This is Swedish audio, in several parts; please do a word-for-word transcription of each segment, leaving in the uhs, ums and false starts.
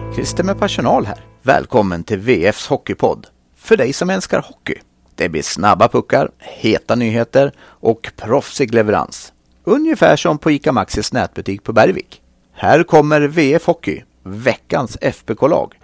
Christer med personal här. Välkommen till V F:s hockeypodd. För dig som älskar hockey. Det blir snabba puckar, heta nyheter och proffsig leverans. Ungefär som på ICA Maxis nätbutik på Bergvik. Här kommer V F Hockey, veckans F B K-lag.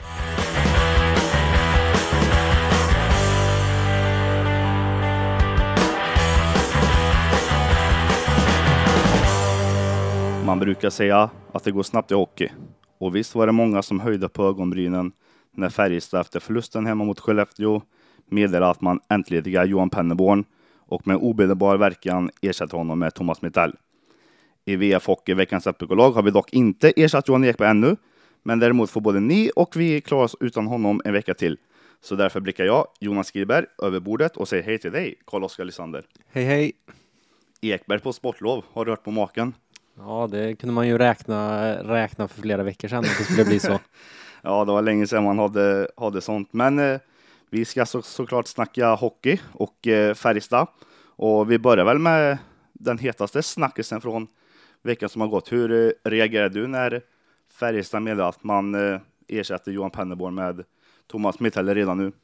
Man brukar säga att det går snabbt i hockey. Och visst var det många som höjde på ögonbrynen när Färjestad efter förlusten hemma mot Skellefteå meddelade att man entledigar Johan Penneborn och med omedelbar verkan ersätter honom med Thomas Mitell. I V F Hockey, veckans F B K-lag, har vi dock inte ersatt Johan Ekberg ännu, men däremot får både ni och vi klara oss utan honom en vecka till. Så därför blickar jag, Jonas Skriberg, över bordet och säger hej till dig, Carl-Oskar Lysander. Hej hej. Ekberg på sportlov, har du hört på maken? Ja, det kunde man ju räkna, räkna för flera veckor sedan att det skulle bli så. Ja, det var länge sedan man hade, hade sånt. Men eh, vi ska så, såklart snacka hockey och eh, Färjestad. Och vi börjar väl med den hetaste snackisen från veckan som har gått. Hur eh, reagerade du när Färjestad meddelade att man eh, ersätter Johan Penneborn med Thomas Mitell redan nu?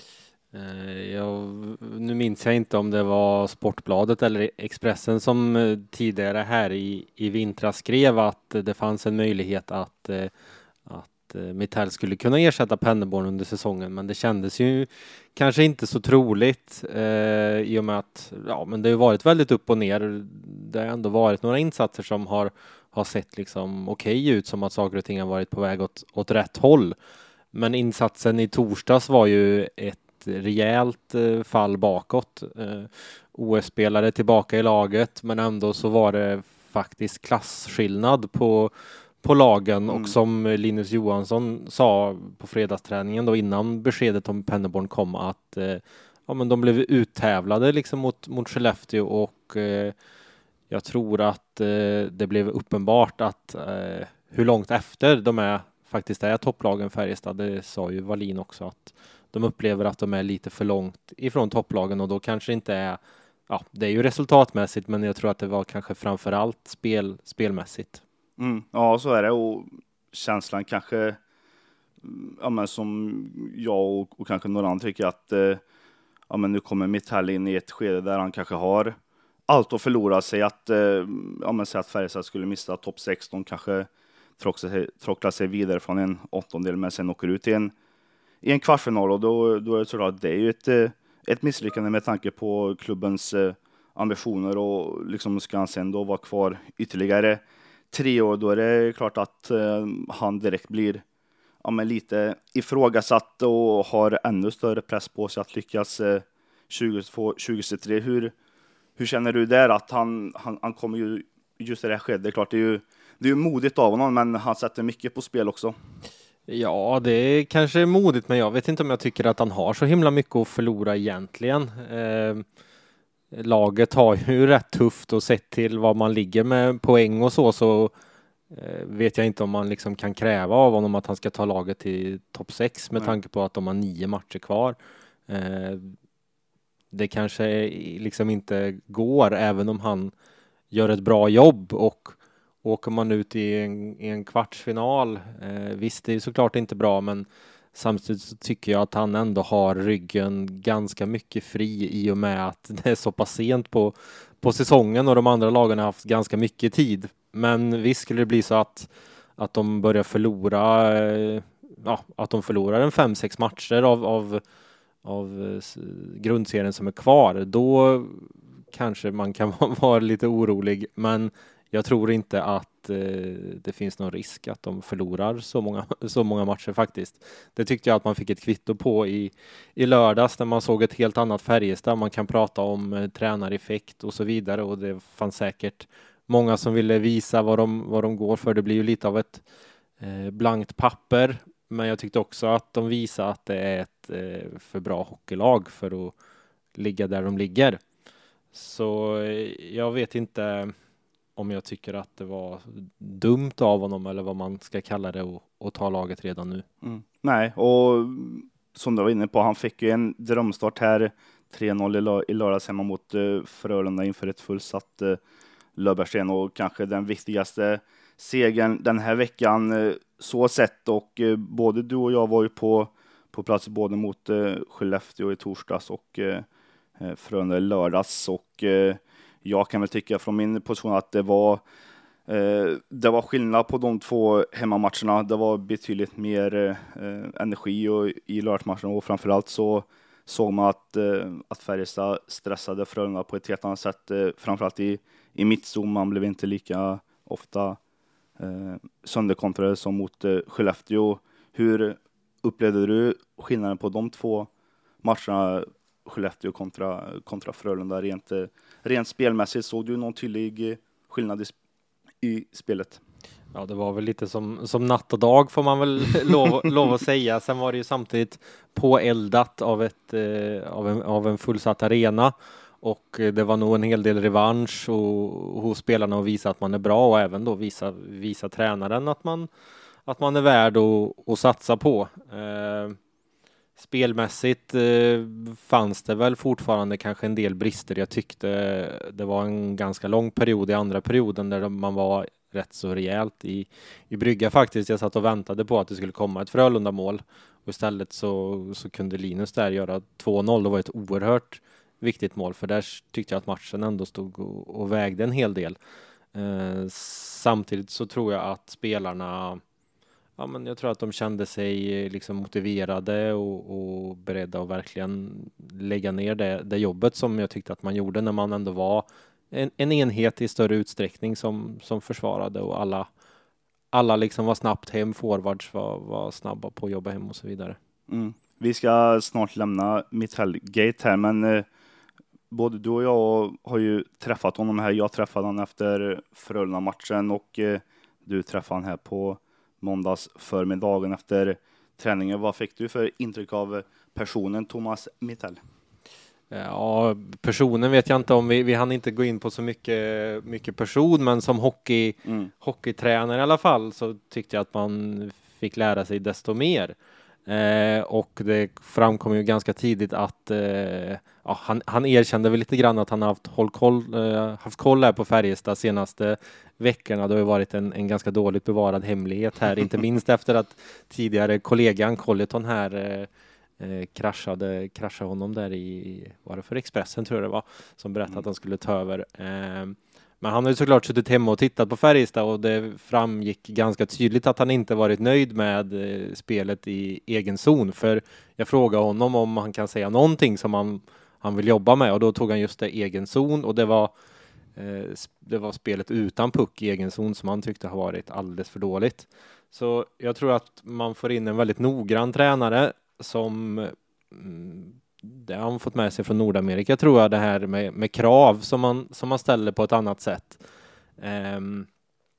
Jag, nu minns jag inte om det var Sportbladet eller Expressen som tidigare här i, i vintras skrev att det fanns en möjlighet att, att Mitell skulle kunna ersätta Penneborn under säsongen, men det kändes ju kanske inte så troligt eh, i och med att ja, men det har varit väldigt upp och ner. Det har ändå varit några insatser som har, har sett liksom okej ut, som att saker och ting har varit på väg åt, åt rätt håll. Men insatsen i torsdags var ju ett rejält eh, fall bakåt. Eh, O S-spelare tillbaka i laget, men ändå så var det faktiskt klasskillnad på, på lagen. Mm. Och som Linus Johansson sa på fredagsträningen då innan beskedet om Penneborn kom, att eh, ja, men de blev uttävlade liksom mot, mot Skellefteå, och eh, jag tror att eh, det blev uppenbart att eh, hur långt efter de är faktiskt är topplagen Färjestad. Det sa ju Wallin också, att de upplever att de är lite för långt ifrån topplagen, och då kanske inte är, ja, det är ju resultatmässigt, men jag tror att det var kanske framförallt spel, spelmässigt. Mm, ja, så är det, och känslan kanske, ja, men som jag och, och kanske några andra tycker att eh, ja, men nu kommer Mitell in i ett skede där han kanske har allt att förlora sig, att, eh, ja, men säg att Färjestad skulle missa topp sexton, kanske tråckla sig vidare från en åttondel, men sen åker ut i en i en kvartsfinal, och då, då är det såklart, det är ju ett, ett misslyckande med tanke på klubbens eh, ambitioner, och liksom ska han sen då vara kvar ytterligare tre år, då är det klart att eh, han direkt blir ja, men lite ifrågasatt och har ännu större press på sig att lyckas eh, tjugotvå tjugotre. Hur, hur känner du där att han, han, han kommer ju just i det här skedet? Det är klart, det är ju, det är ju modigt av honom, men han sätter mycket på spel också. Ja, det är kanske modigt, men jag vet inte om jag tycker att han har så himla mycket att förlora egentligen. Eh, laget har ju rätt tufft, och sett till vad man ligger med poäng och så, så eh, vet jag inte om man liksom kan kräva av honom att han ska ta laget till topp sex med Nej. tanke på att de har nio matcher kvar. Eh, det kanske liksom inte går, även om han gör ett bra jobb, och åker man ut i en, i en kvartsfinal, eh, visst det är såklart inte bra, men samtidigt så tycker jag att han ändå har ryggen ganska mycket fri, i och med att det är så pass sent på, på säsongen och de andra lagen har haft ganska mycket tid. Men visst skulle det bli så att, att de börjar förlora, eh, ja, att de förlorar en fem sex matcher av, av, av grundserien som är kvar, då kanske man kan vara lite orolig, men jag tror inte att eh, det finns någon risk att de förlorar så många, så många matcher faktiskt. Det tyckte jag att man fick ett kvitto på i, i lördags, när man såg ett helt annat Färjestad. Man kan prata om eh, tränareffekt och så vidare, och det fanns säkert många som ville visa vad de, vad de går för. Det blir ju lite av ett eh, blankt papper, men jag tyckte också att de visar att det är ett eh, för bra hockeylag för att ligga där de ligger. Så eh, jag vet inte om jag tycker att det var dumt av honom, eller vad man ska kalla det, och, och ta laget redan nu. Mm. Nej, och som du var inne på, han fick ju en drömstart här, tre noll i, lör- i lördags hemma mot uh, Frölunda inför ett fullsatt uh, Löfbergsten, och kanske den viktigaste segern den här veckan så sett, och både du och jag var ju på, på plats både mot Skellefteå i torsdags och Frölunda i lördags, och jag kan väl tycka från min position att det var det var skillnad på de två hemmamatcherna. Det var betydligt mer energi och, i lördagsmatchen, och framförallt så såg man att, att Färjestad stressade Frölunda på ett helt annat sätt, framförallt i, i mittzon. Man blev inte lika ofta eh, sönderkontrade som mot eh, Skellefteå. Hur upplevde du skillnaden på de två matcherna, Skellefteå kontra, kontra Frölunda, rent, rent spelmässigt? Såg du någon tydlig skillnad i, i spelet? Ja, det var väl lite som, som natt och dag får man väl lov, lov att säga. Sen var det ju samtidigt påeldat av, ett, eh, av, en, av en fullsatt arena. Och det var nog en hel del revansch och, hos spelarna att visa att man är bra, och även då visa, visa tränaren att man, att man är värd att, att satsa på. Eh, spelmässigt eh, fanns det väl fortfarande kanske en del brister. Jag tyckte det var en ganska lång period i andra perioden där man var rätt så rejält i, i brygga faktiskt. Jag satt och väntade på att det skulle komma ett Frölunda-mål, och istället så, så kunde Linus där göra två noll. Det var ett oerhört viktigt mål, för där tyckte jag att matchen ändå stod och, och vägde en hel del. Eh, samtidigt så tror jag att spelarna, ja, men jag tror att de kände sig liksom motiverade och, och beredda att verkligen lägga ner det, det jobbet som jag tyckte att man gjorde när man ändå var en, en enhet i större utsträckning som, som försvarade, och alla, alla liksom var snabbt hem, forwards var, var snabba på att jobba hem och så vidare. Mm. Vi ska snart lämna Mitchell-gate här, men eh, både du och jag har ju träffat honom här. Jag träffade honom efter Frölunda-matchen, och eh, du träffade honom här på måndags förmiddagen efter träningen. Vad fick du för intryck av personen Thomas Mitchell? Ja, personen vet jag inte om. Vi, vi hann inte gå in på så mycket, mycket person, men som hockey, mm. hockeytränare i alla fall så tyckte jag att man fick lära sig desto mer. Eh, och det framkom ju ganska tidigt att eh, ja, han, han erkände väl lite grann att han har haft, håll koll, eh, haft koll här på Färjestad senaste veckorna. Det har ju varit en, en ganska dåligt bevarad hemlighet här, inte minst efter att tidigare kollegan Colleton här eh, eh, kraschade, kraschade honom där i, var det för Expressen tror jag det var, som berättade mm. att han skulle ta över. Eh, Men han har ju såklart suttit hemma och tittat på Färjestad, och det framgick ganska tydligt att han inte varit nöjd med eh, spelet i egen zon. För jag frågade honom om han kan säga någonting som han, han vill jobba med, och då tog han just det, egen zon, och det var, eh, det var spelet utan puck i egen zon som han tyckte har varit alldeles för dåligt. Så jag tror att man får in en väldigt noggrann tränare som mm, det har han fått med sig från Nordamerika, tror jag, det här med, med krav som man, som man ställer på ett annat sätt. Um,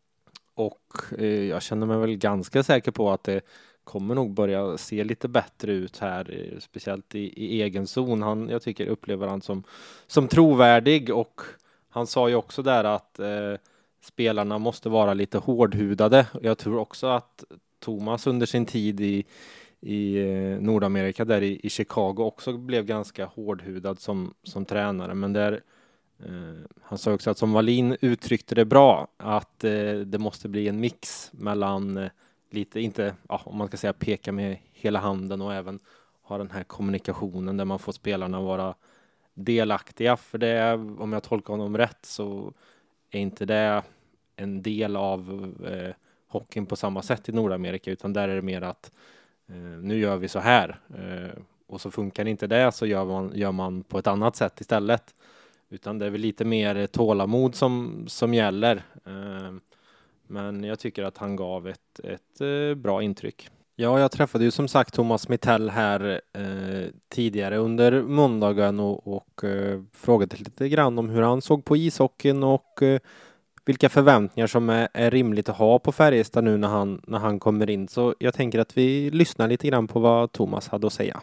och uh, jag känner mig väl ganska säker på att det kommer nog börja se lite bättre ut här, uh, speciellt i, i egen zon. Han, jag tycker upplever han som, som trovärdig, och han sa ju också där att uh, spelarna måste vara lite hårdhudade. Jag tror också att Thomas under sin tid i i Nordamerika där i, i Chicago också blev ganska hårdhudad som, som tränare, men där eh, han sa också att som Wallin uttryckte det bra, att eh, det måste bli en mix mellan eh, lite, inte ja, om man ska säga peka med hela handen, och även ha den här kommunikationen där man får spelarna vara delaktiga, för det är, om jag tolkar honom rätt så är inte det en del av eh, hockeyn på samma sätt i Nordamerika, utan där är det mer att Uh, nu gör vi så här uh, och så funkar inte det, så gör man, gör man på ett annat sätt istället. Utan det är väl lite mer tålamod som, som gäller. Uh, men jag tycker att han gav ett, ett uh, bra intryck. Ja, jag träffade ju som sagt Thomas Mitchell här uh, tidigare under måndagen och, och uh, frågade lite grann om hur han såg på ishockeyn och uh, vilka förväntningar som är, är rimligt att ha på Färjestad nu när han, när han kommer in. Så jag tänker att vi lyssnar lite grann på vad Thomas hade att säga.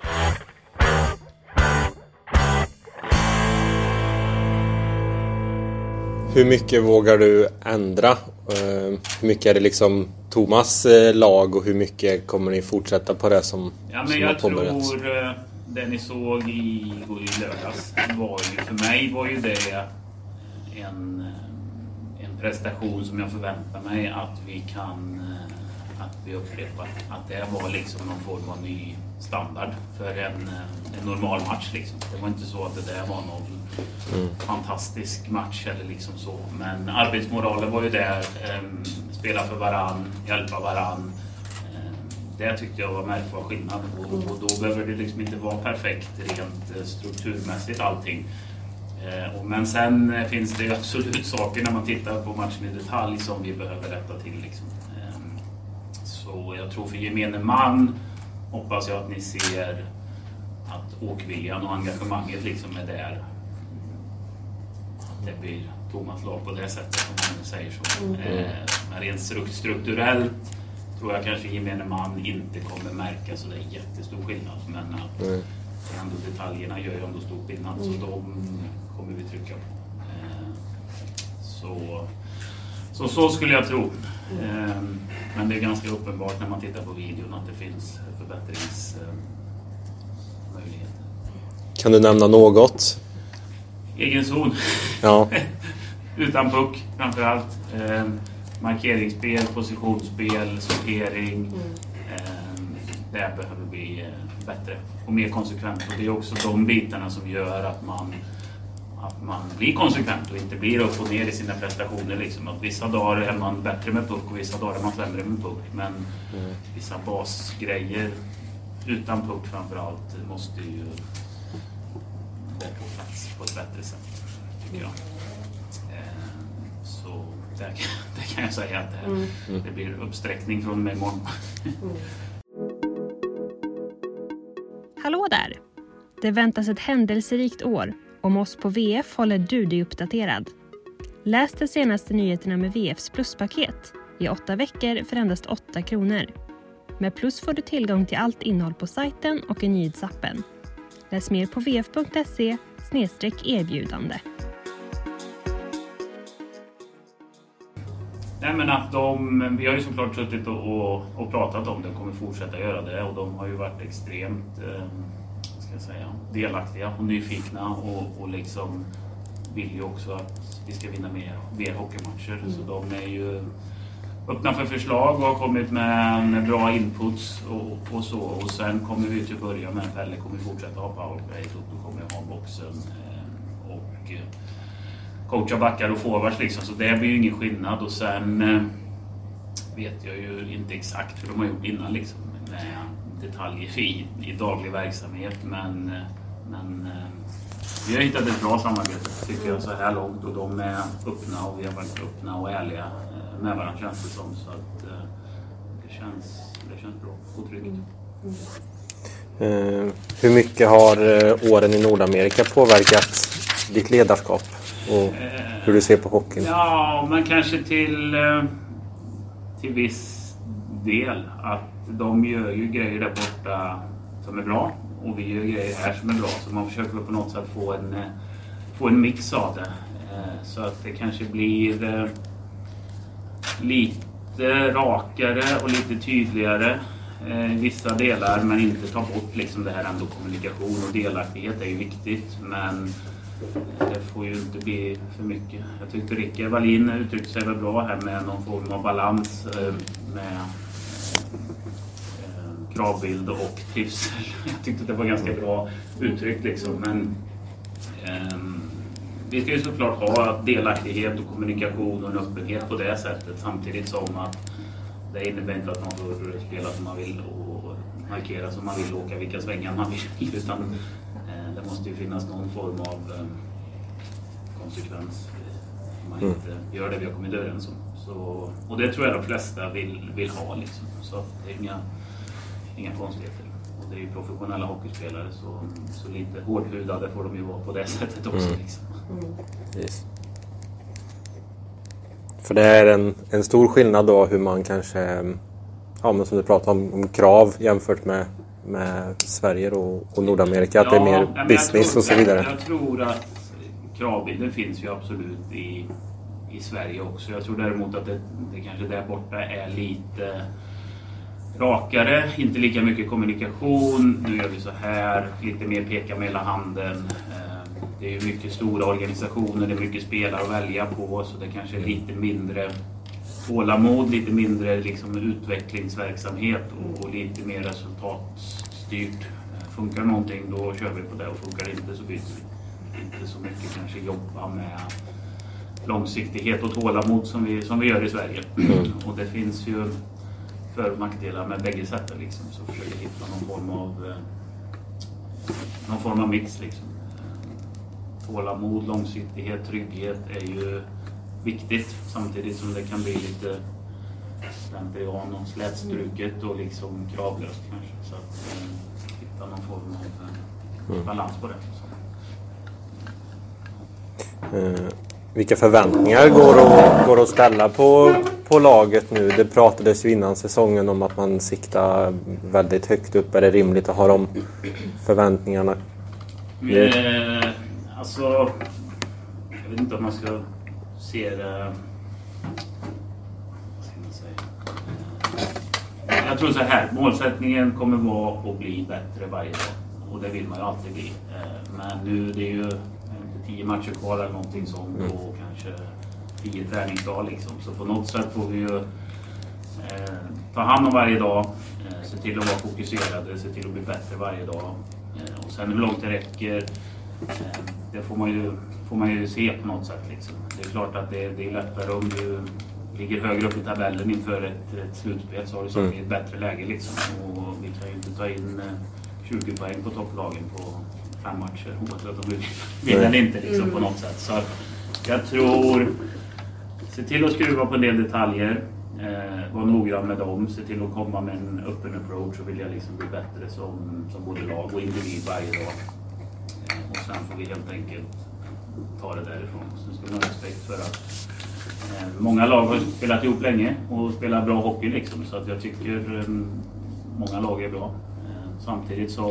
Hur mycket vågar du ändra? Hur mycket är det liksom Thomas lag, och hur mycket kommer ni fortsätta på det som, ja, men som jag har påbörjat? Jag tror det ni såg i, i lördags var ju, för mig var ju det en en prestation som jag förväntar mig att vi kan att vi upprepar. Att det var liksom någon form av ny standard för en, en normal match liksom. Det var inte så att det där var någon mm. fantastisk match eller liksom så. Men arbetsmoralen var ju där. Eh, spela för varann, hjälpa varann. Eh, det tyckte jag var märkbar skillnad. Och, och då behöver det liksom inte vara perfekt rent strukturmässigt allting. Eh, och, men sen eh, finns det absolut saker när man tittar på matchen i detalj som vi behöver rätta till liksom. Eh, så jag tror för gemene man hoppas jag att ni ser att åkviljan och engagemanget liksom är där. Att det blir Thomas lag på det sättet som man säger så. Mm. Eh, men rent strukturellt tror jag kanske gemene man inte kommer märka så det är jättestor skillnad. Men att mm. ändå detaljerna gör ju ändå stor skillnad mm. så de kommer vi trycka på. Eh, så, så så skulle jag tro. Eh, men det är ganska uppenbart när man tittar på videon att det finns förbättringsmöjligheter. Kan du nämna något? Egen zon. Ja. Utan puck framförallt. Eh, markeringsspel, positionsspel, sortering. Mm. Eh, det behöver bli eh, bättre och mer konsekvent. Och det är också de bitarna som gör att man att man blir konsekvent och inte blir upp och ner i sina prestationer. Liksom. Att vissa dagar är man bättre med puck och vissa dagar är man sämre med puck. Men mm. vissa basgrejer utan puck framförallt måste ju vara på plats på ett bättre sätt, tycker jag. Eh, så det, det kan jag säga att det, mm. det blir uppsträckning från mig imorgon. Mm. Hallå där! Det väntas ett händelserikt år. Om oss på V F håller du dig uppdaterad. Läs de senaste nyheterna med V Fs pluspaket i åtta veckor för endast åtta kronor. Med plus får du tillgång till allt innehåll på sajten och i nyhetsappen. Läs mer på v f punkt se snedstreck erbjudande. Nej, men att de, vi har ju såklart suttit och, och, och pratat om det och kommer fortsätta göra det. Och de har ju varit extremt eh, ska jag säga, delaktiga och nyfikna och, och liksom vill ju också att vi ska vinna mer, mer hockeymatcher. Mm. Så de är ju öppna för förslag och har kommit med, med bra inputs och, och så. Och sen kommer vi till att börja med, eller kommer fortsätta ha powerplay, då kommer vi ha boxen eh, och eh, coacha backar och forwards liksom. Så det blir ju ingen skillnad. Och sen eh, vet jag ju inte exakt hur de har gjort innan liksom, med detaljer i, i daglig verksamhet. Men, men eh, vi har hittat ett bra samarbete tycker jag så här långt. Och de är öppna och vi har varit öppna och ärliga eh, med varandra känns det som. Så att eh, det, känns, det känns bra och tryggt. Mm. Mm. Uh, hur mycket har uh, åren i Nordamerika påverkat ditt ledarskap? Och hur du ser på hockeyn? Ja, men kanske till, till viss del. Att de gör ju grejer där borta som är bra. Och vi gör grejer här som är bra. Så man försöker på något sätt få en, få en mix av det. Så att det kanske blir lite rakare och lite tydligare i vissa delar. Men inte ta bort liksom det här ändå kommunikation och delaktighet är ju viktigt. Men det får ju inte bli för mycket. Jag tyckte Rickard Wallin uttryckte sig väl bra här med någon form av balans med kravbild och trivsel. Jag tyckte det var ganska bra uttryckt liksom. Men eh, vi ska ju såklart ha delaktighet och kommunikation och en öppenhet på det sättet. Samtidigt som att det innebär inte att man får spela som man vill och markera som man vill och åka vilka svängar man vill. Utan det måste ju finnas någon form av eh, konsekvens om man mm. inte gör det vi har kommit överens om. Så, och det tror jag de flesta vill, vill ha liksom. Så det är inga, inga konstigheter. Och det är ju professionella hockeyspelare så, så lite hårdhudade får de ju vara på det sättet också. Mm. Liksom. Mm. Yes. För det är en, en stor skillnad då hur man kanske, ja men som du pratar om, om krav jämfört med med Sverige och, och Nordamerika, att ja, det är mer business tror, och så vidare. Jag, jag tror att kravbilden finns ju absolut i, i Sverige också. Jag tror däremot att det, det kanske där borta är lite rakare, inte lika mycket kommunikation. Nu gör vi så här, lite mer peka med hela handen. Eh, det är ju mycket stora organisationer, det är mycket spelare att välja på, så det kanske är lite mindre tålamod, lite mindre liksom utvecklingsverksamhet och, och lite mer resultatstyrt. Funkar någonting, då kör vi på det, och funkar inte så byter vi. Inte så mycket kanske jobba med långsiktighet och tålamod som vi, som vi gör i Sverige. Mm. Och det finns ju för- och nackdelar med bägge sätten liksom, så försöker hitta någon form av någon form av mix liksom. Tålamod, långsiktighet, trygghet är ju viktigt, samtidigt som det kan bli lite slentrian och slätstruket och liksom kravlöst kanske, så att eh, hitta någon form av eh, balans på det. Eh, vilka förväntningar går att, går att ställa på, på laget nu? Det pratades ju innan säsongen om att man siktar väldigt högt upp. Är det rimligt att ha de förväntningarna? Eh, alltså, jag vet inte om man ska se det... Vad ska man säga? Eh, jag tror så här, målsättningen kommer vara att bli bättre varje dag. Och det vill man ju alltid bli. Eh, men nu det är ju tio matcher kvar eller någonting sånt, mm. och kanske tio träningsdagar liksom. Så på något sätt får vi ju eh, ta hand om varje dag, eh, se till att vara fokuserade, se till att bli bättre varje dag. Eh, och sen hur långt det räcker, eh, det får man, ju, får man ju se på något sätt liksom. Det är klart att det, det är lättare om du ligger högre upp i tabellen inför ett, ett slutspel, så har du satt i ett bättre läge liksom. Och vi kan ju inte ta in eh, tjugo poäng på topplagen på fem matcher, oavsett om du vill eller inte liksom, mm. på något sätt. Så jag tror, se till att skruva på en del detaljer, eh, vara noggrann med dem, se till att komma med en öppen approach, och vilja liksom bli bättre som, som både lag och individ varje dag. Eh, och sen får vi helt enkelt ta det därifrån. Sen ska man ha respekt för att eh, många lag har spelat ihop länge och spelar bra hockey liksom, så att jag tycker eh, många lag är bra. Eh, samtidigt som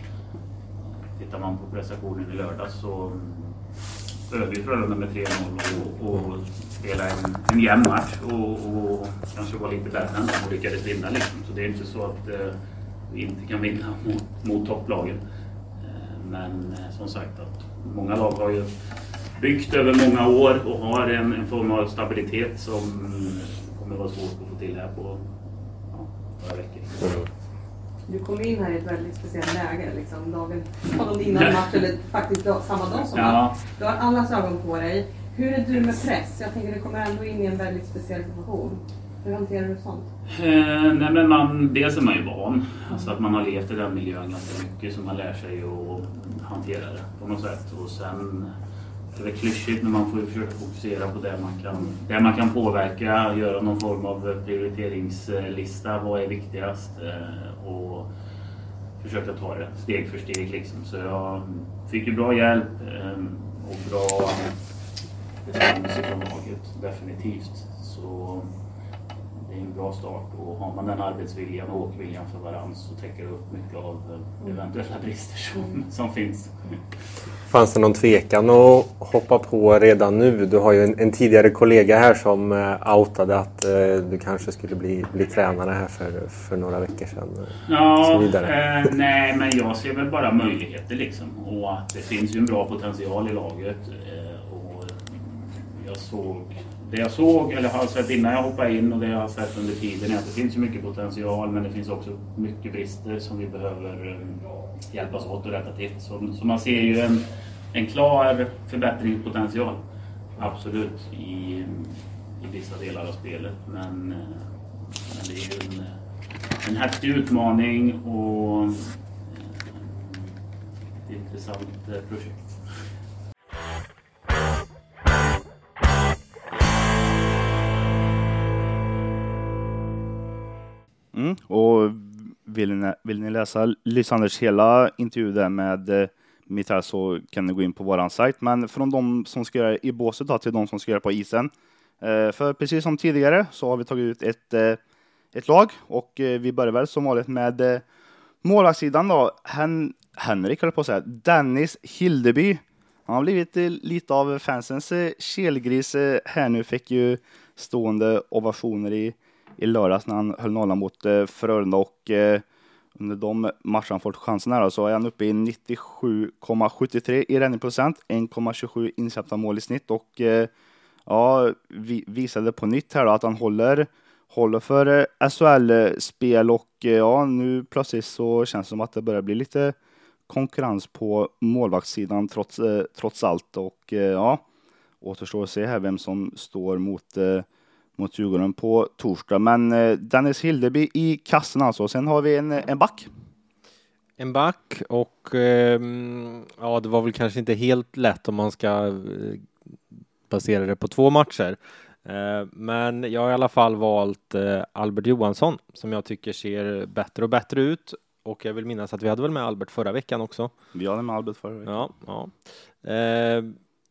tittar man på prestationen i lördags så över vi Frölunda med tre noll och, och spela en, en jämn match och, och kanske vara lite bättre än och lyckades vinna liksom. Så det är inte så att eh, vi inte kan vinna mot, mot topplagen. Eh, men eh, som sagt, att många lag har ju byggt över många år och har en, en form av stabilitet som kommer vara svårt att få till här på ja, några veckor. Mm. Du kom in här i ett väldigt speciellt läge, liksom, dagen, dagen innan match, eller faktiskt dag, samma dag som ja. match. Du har allas ögon på dig. Hur är du med press? Jag tänker att du kommer ändå in i en väldigt speciell situation. Hur hanterar du sånt? Eh, nej men man, dels är man ju van. Alltså att man har levt i den miljön ganska mycket, så man lär sig att hantera det på något sätt. Och sen det är klyschigt, men man får ju försöka fokusera på det man kan, det man kan påverka, göra någon form av prioriteringslista, vad är viktigast, och försöka ta det steg för steg liksom. Så jag fick ju bra hjälp och bra bestämmelse från laget, definitivt. Så det är en bra start, och har man den arbetsviljan och åkviljan för varandra så täcker det upp mycket av eventuella brister som, som finns. Fanns det någon tvekan att hoppa på redan nu? Du har ju en, en tidigare kollega här som uh, outade att uh, du kanske skulle bli, bli tränare här för, för några veckor sedan. Ja, eh, nej men jag ser väl bara möjligheter liksom, och att det finns ju en bra potential i laget. Eh, och jag såg, det jag såg, eller har sett innan jag hoppade in och det jag har sett under tiden, är att det finns ju mycket potential, men det finns också mycket brister som vi behöver eh, hjälpas åt att rätta till. Så, så man ser ju en, en klar förbättringspotential, absolut, i, i vissa delar av spelet. Men, men det är ju en, en häftig utmaning och ett intressant projekt. Mm, och vill ni, vill ni läsa Lysanders hela intervju där med eh, mitt här, så kan ni gå in på våran sajt. Men från de som ska göra i båset då, till de som ska göra på isen. Eh, för precis som tidigare så har vi tagit ut ett, eh, ett lag, och eh, vi börjar väl som vanligt med eh, målvaktssidan då. Hen, Henrik höll på att säga, Dennis Hildeby. Han har blivit eh, lite av fansens eh, kelgris eh, här nu, fick ju stående ovationer i i lördags när han höll nollan mot eh, Frölunda, och eh, under de matcherna han fått chansen här så är han uppe i nittiosju komma sjuttiotre i räddningsprocent, en komma tjugosju insläppta mål i snitt och eh, ja, vi visade på nytt här då att han håller håller för S H L-spel och ja, nu plötsligt så känns det som att det börjar bli lite konkurrens på målvaktssidan trots, eh, trots allt och eh, ja, återstår att se här vem som står mot, eh, mot Djurgården på torsdag. Men eh, Dennis Hildeby i kassen alltså. Sen har vi en, en back. En back och eh, ja, det var väl kanske inte helt lätt om man ska eh, basera det på två matcher. Eh, men jag har i alla fall valt eh, Albert Johansson som jag tycker ser bättre och bättre ut. Och jag vill minnas att vi hade väl med Albert förra veckan också. Vi hade med Albert förra veckan. Ja, ja. Eh,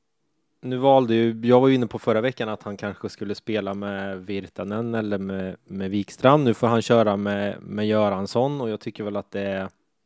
nu valde ju, jag var ju inne på förra veckan att han kanske skulle spela med Virtanen eller med, med Wikstrand. Nu får han köra med, med Göransson och jag tycker väl att det,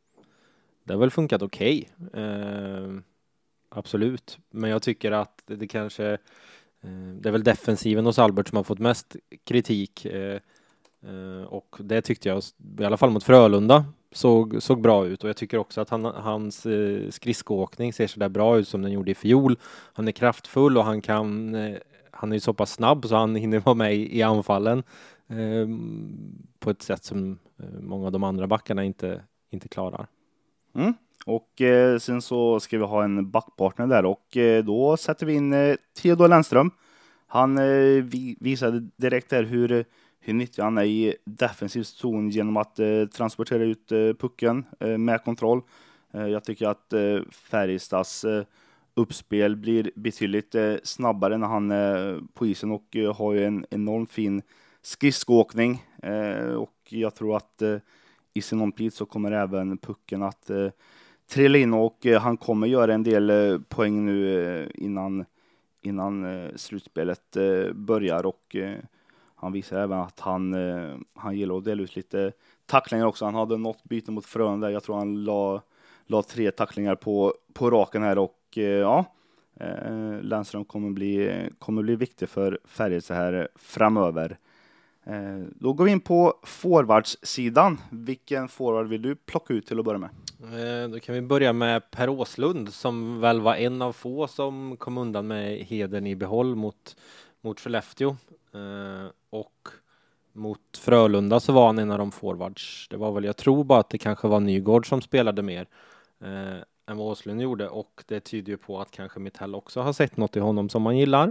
det har väl funkat okej. Okay. Eh, absolut. Men jag tycker att det, det kanske, eh, det är väl defensiven hos Albert som har fått mest kritik. Eh, eh, och det tyckte jag, i alla fall mot Frölunda, såg, såg bra ut och jag tycker också att han, hans eh, skridskoåkning ser så där bra ut som den gjorde i fjol. Han är kraftfull och han kan eh, han är ju så pass snabb så han hinner vara med i, i anfallen eh, på ett sätt som eh, många av de andra backarna inte, inte klarar. Mm. Och eh, sen så ska vi ha en backpartner där och eh, då sätter vi in eh, Theodor Lennström. Han eh, vi, visade direkt där hur hur nyttig han är i defensiv zon genom att eh, transportera ut eh, pucken eh, med kontroll. Eh, jag tycker att eh, Färjestads eh, uppspel blir betydligt eh, snabbare när han är eh, på isen och eh, har ju en enormt fin skridskoåkning. Eh, och jag tror att eh, i sinom tid så kommer även pucken att eh, trilla in och eh, han kommer göra en del eh, poäng nu eh, innan, innan eh, slutspelet eh, börjar och eh, han visar även att han, eh, han gillar att dela ut lite tacklingar också. Han hade något byte mot Frölunda där. Jag tror han la, la tre tacklingar på, på raken här. Och eh, ja, eh, Lennström kommer bli, kommer bli viktig för Färjestad här framöver. Eh, då går vi in på forwardssidan. Vilken forward vill du plocka ut till att börja med? Eh, då kan vi börja med Per Åslund som väl var en av få som kom undan med hedern i behåll mot, mot Skellefteå. Uh, och mot Frölunda så var han en av de forwards. Det var väl, jag tror bara att det kanske var Nygård som spelade mer uh, än vad Åslund gjorde och det tyder ju på att kanske Mitell också har sett något i honom som man gillar.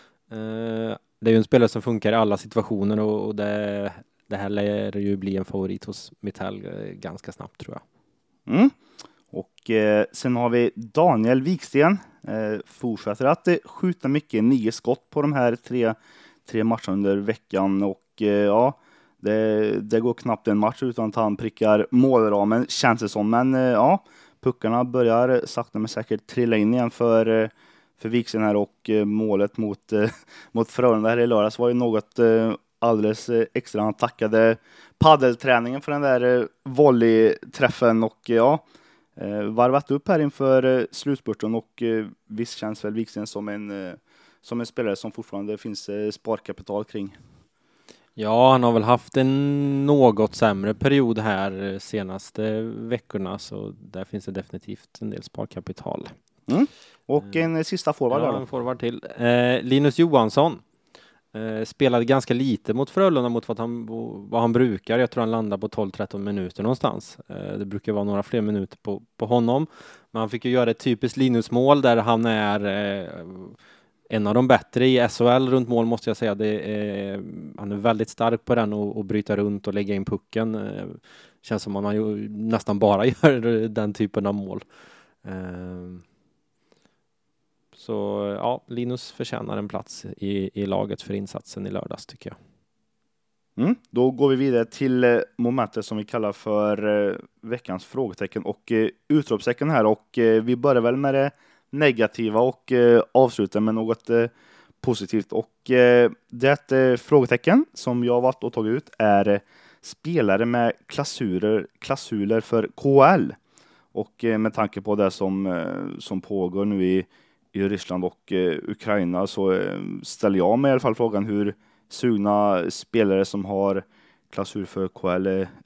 Uh, det är ju en spelare som funkar i alla situationer och, och det, det här lär ju bli en favorit hos Mitell uh, ganska snabbt tror jag. Mm. Och eh, sen har vi Daniel Wiksten. Eh, fortsätter att eh, skjuta mycket, nio skott på de här tre tre matcher under veckan och eh, ja, det, det går knappt en match utan att han prickar målramen, känns det som. Men eh, ja, puckarna börjar sakta men säkert trilla in igen för, eh, för Wiksten här och eh, målet mot, eh, mot Frölunda här i lördags var ju något eh, alldeles extra. Han tackade paddelträningen för den där eh, volleyträffen och eh, ja, eh, varvat upp här inför eh, slutspurten och eh, visst känns väl Wiksten som en eh, som en spelare som fortfarande finns eh, sparkapital kring. Ja, han har väl haft en något sämre period här senaste veckorna så där finns det definitivt en del sparkapital. Mm. Och en eh, sista forward ja, där. en forward till. Eh, Linus Johansson eh, spelade ganska lite mot Frölunda mot vad han, vad han brukar. Jag tror han landar på tolv tretton minuter någonstans. Eh, det brukar vara några fler minuter på, på honom. Men han fick ju göra ett typiskt Linus-mål där han är eh, en av de bättre i S H L runt mål måste jag säga. Det är, han är väldigt stark på den och, och bryta runt och lägga in pucken. Eh, känns som att han ju nästan bara gör den typen av mål. Eh, så ja, Linus förtjänar en plats i, i laget för insatsen i lördags tycker jag. Mm. Då går vi vidare till eh, momentet som vi kallar för eh, veckans frågetecken och eh, utropstecken här och eh, vi börjar väl med det negativa och eh, avslutar med något eh, positivt och eh, det eh, frågetecken som jag har varit och tagit ut är eh, spelare med klausuler, klausuler för K H L och eh, med tanke på det som, eh, som pågår nu i, i Ryssland och eh, Ukraina så eh, ställer jag mig i alla fall frågan hur sugna spelare som har klausul för K H L är,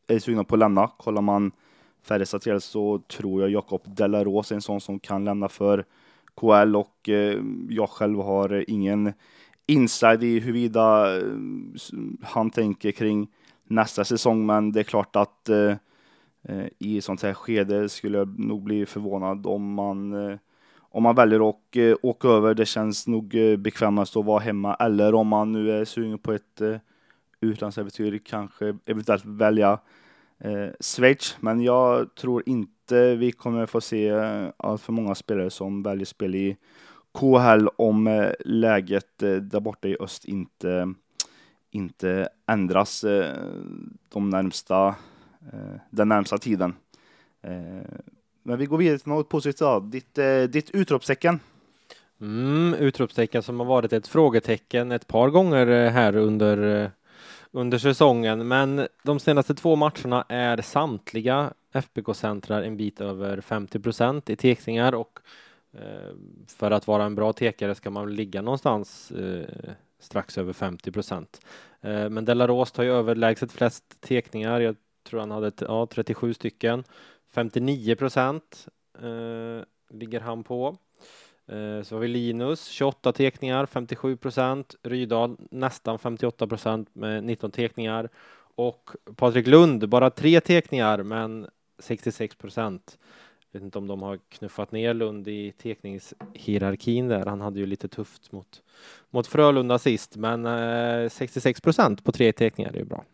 är sugna på att lämna. Kollar man Färjestad så tror jag Jakob Delaros är en sån som kan lämna för K L, och eh, jag själv har ingen inside i huruvida eh, han tänker kring nästa säsong, men det är klart att eh, i sånt här skede skulle jag nog bli förvånad om man eh, om man väljer att eh, åka över. Det känns nog eh, bekvämast att vara hemma, eller om man nu är sugen på ett eh, utlandsäventyr kanske eventuellt välja eh, Schweiz, men jag tror inte vi kommer få se eh, allt för många spelare som väljer spel i K H L om eh, läget eh, där borta i öst inte inte ändras eh, de närmsta eh, den närmsta tiden. Eh, men vi går vidare till något positivt. Ditt, eh, ditt utropstecken. Mm, utropstecken som har varit ett frågetecken ett par gånger här under, under säsongen. Men de senaste två matcherna är samtliga F B K-centrar en bit över femtio procent i tekningar. Och eh, för att vara en bra tekare ska man ligga någonstans eh, strax över femtio procent. Eh, men Delaros tar ju överlägset flest tekningar. Jag tror han hade ja, trettiosju stycken. femtionio procent eh, ligger han på. Eh, så har vi Linus, tjugoåtta tekningar, femtiosju procent. Rydal nästan femtioåtta procent med nitton tekningar. Och Patrik Lund, bara tre tekningar men sextiosex procent. Jag vet inte om de har knuffat ner Lund i tekningshierarkin där. Han hade ju lite tufft mot, mot Frölunda sist. Men eh, sextiosex procent på tre tekningar är ju bra.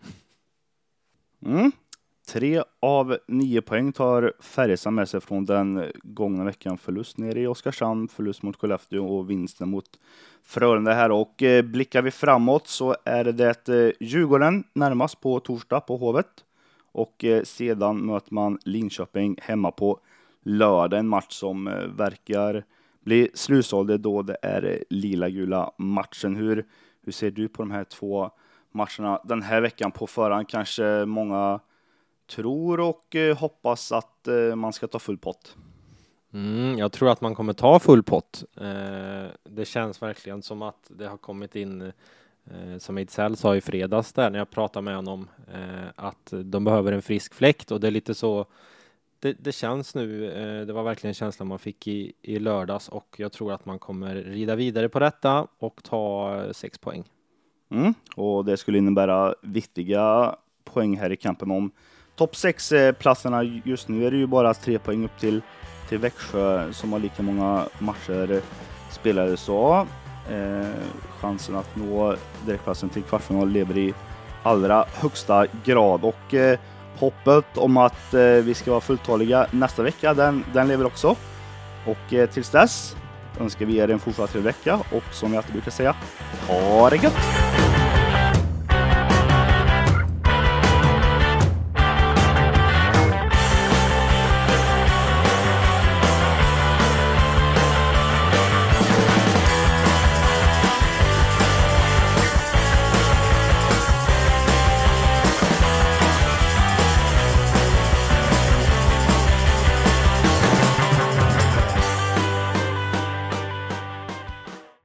Mm. Tre av nio poäng tar Färjestad med sig från den gångna veckan. Förlust nere i Oskarshamn, förlust mot Skellefteå och vinsten mot Frölunda här. Och eh, blickar vi framåt så är det eh, Djurgården närmast på torsdag på Hovet. Och eh, sedan möter man Linköping hemma på lördag. En match som eh, verkar bli slutsåld då det är eh, lila-gula matchen. Hur, hur ser du på de här två matcherna den här veckan på förhand? Kanske många tror och eh, hoppas att eh, man ska ta full pott. Mm, jag tror att man kommer ta full pott. Eh, det känns verkligen som att det har kommit in, eh, som Ejdsell sa i fredags där när jag pratade med honom, eh, att de behöver en frisk fläkt, och det är lite så det, det känns nu. Eh, det var verkligen känslan man fick i, i lördags, och jag tror att man kommer rida vidare på detta och ta sex poäng. Mm, och det skulle innebära viktiga poäng här i kampen om topp sex platserna. Just nu är det ju bara tre poäng upp till, till Växjö som har lika många matcher spelade. Så eh, chansen att nå direktplatsen till kvartsfinal lever i allra högsta grad. Och eh, hoppet om att eh, vi ska vara fulltaliga nästa vecka, den, den lever också. Och eh, tills dess önskar vi er en fortsatt trevlig vecka. Och som jag alltid brukar säga, ha det gött!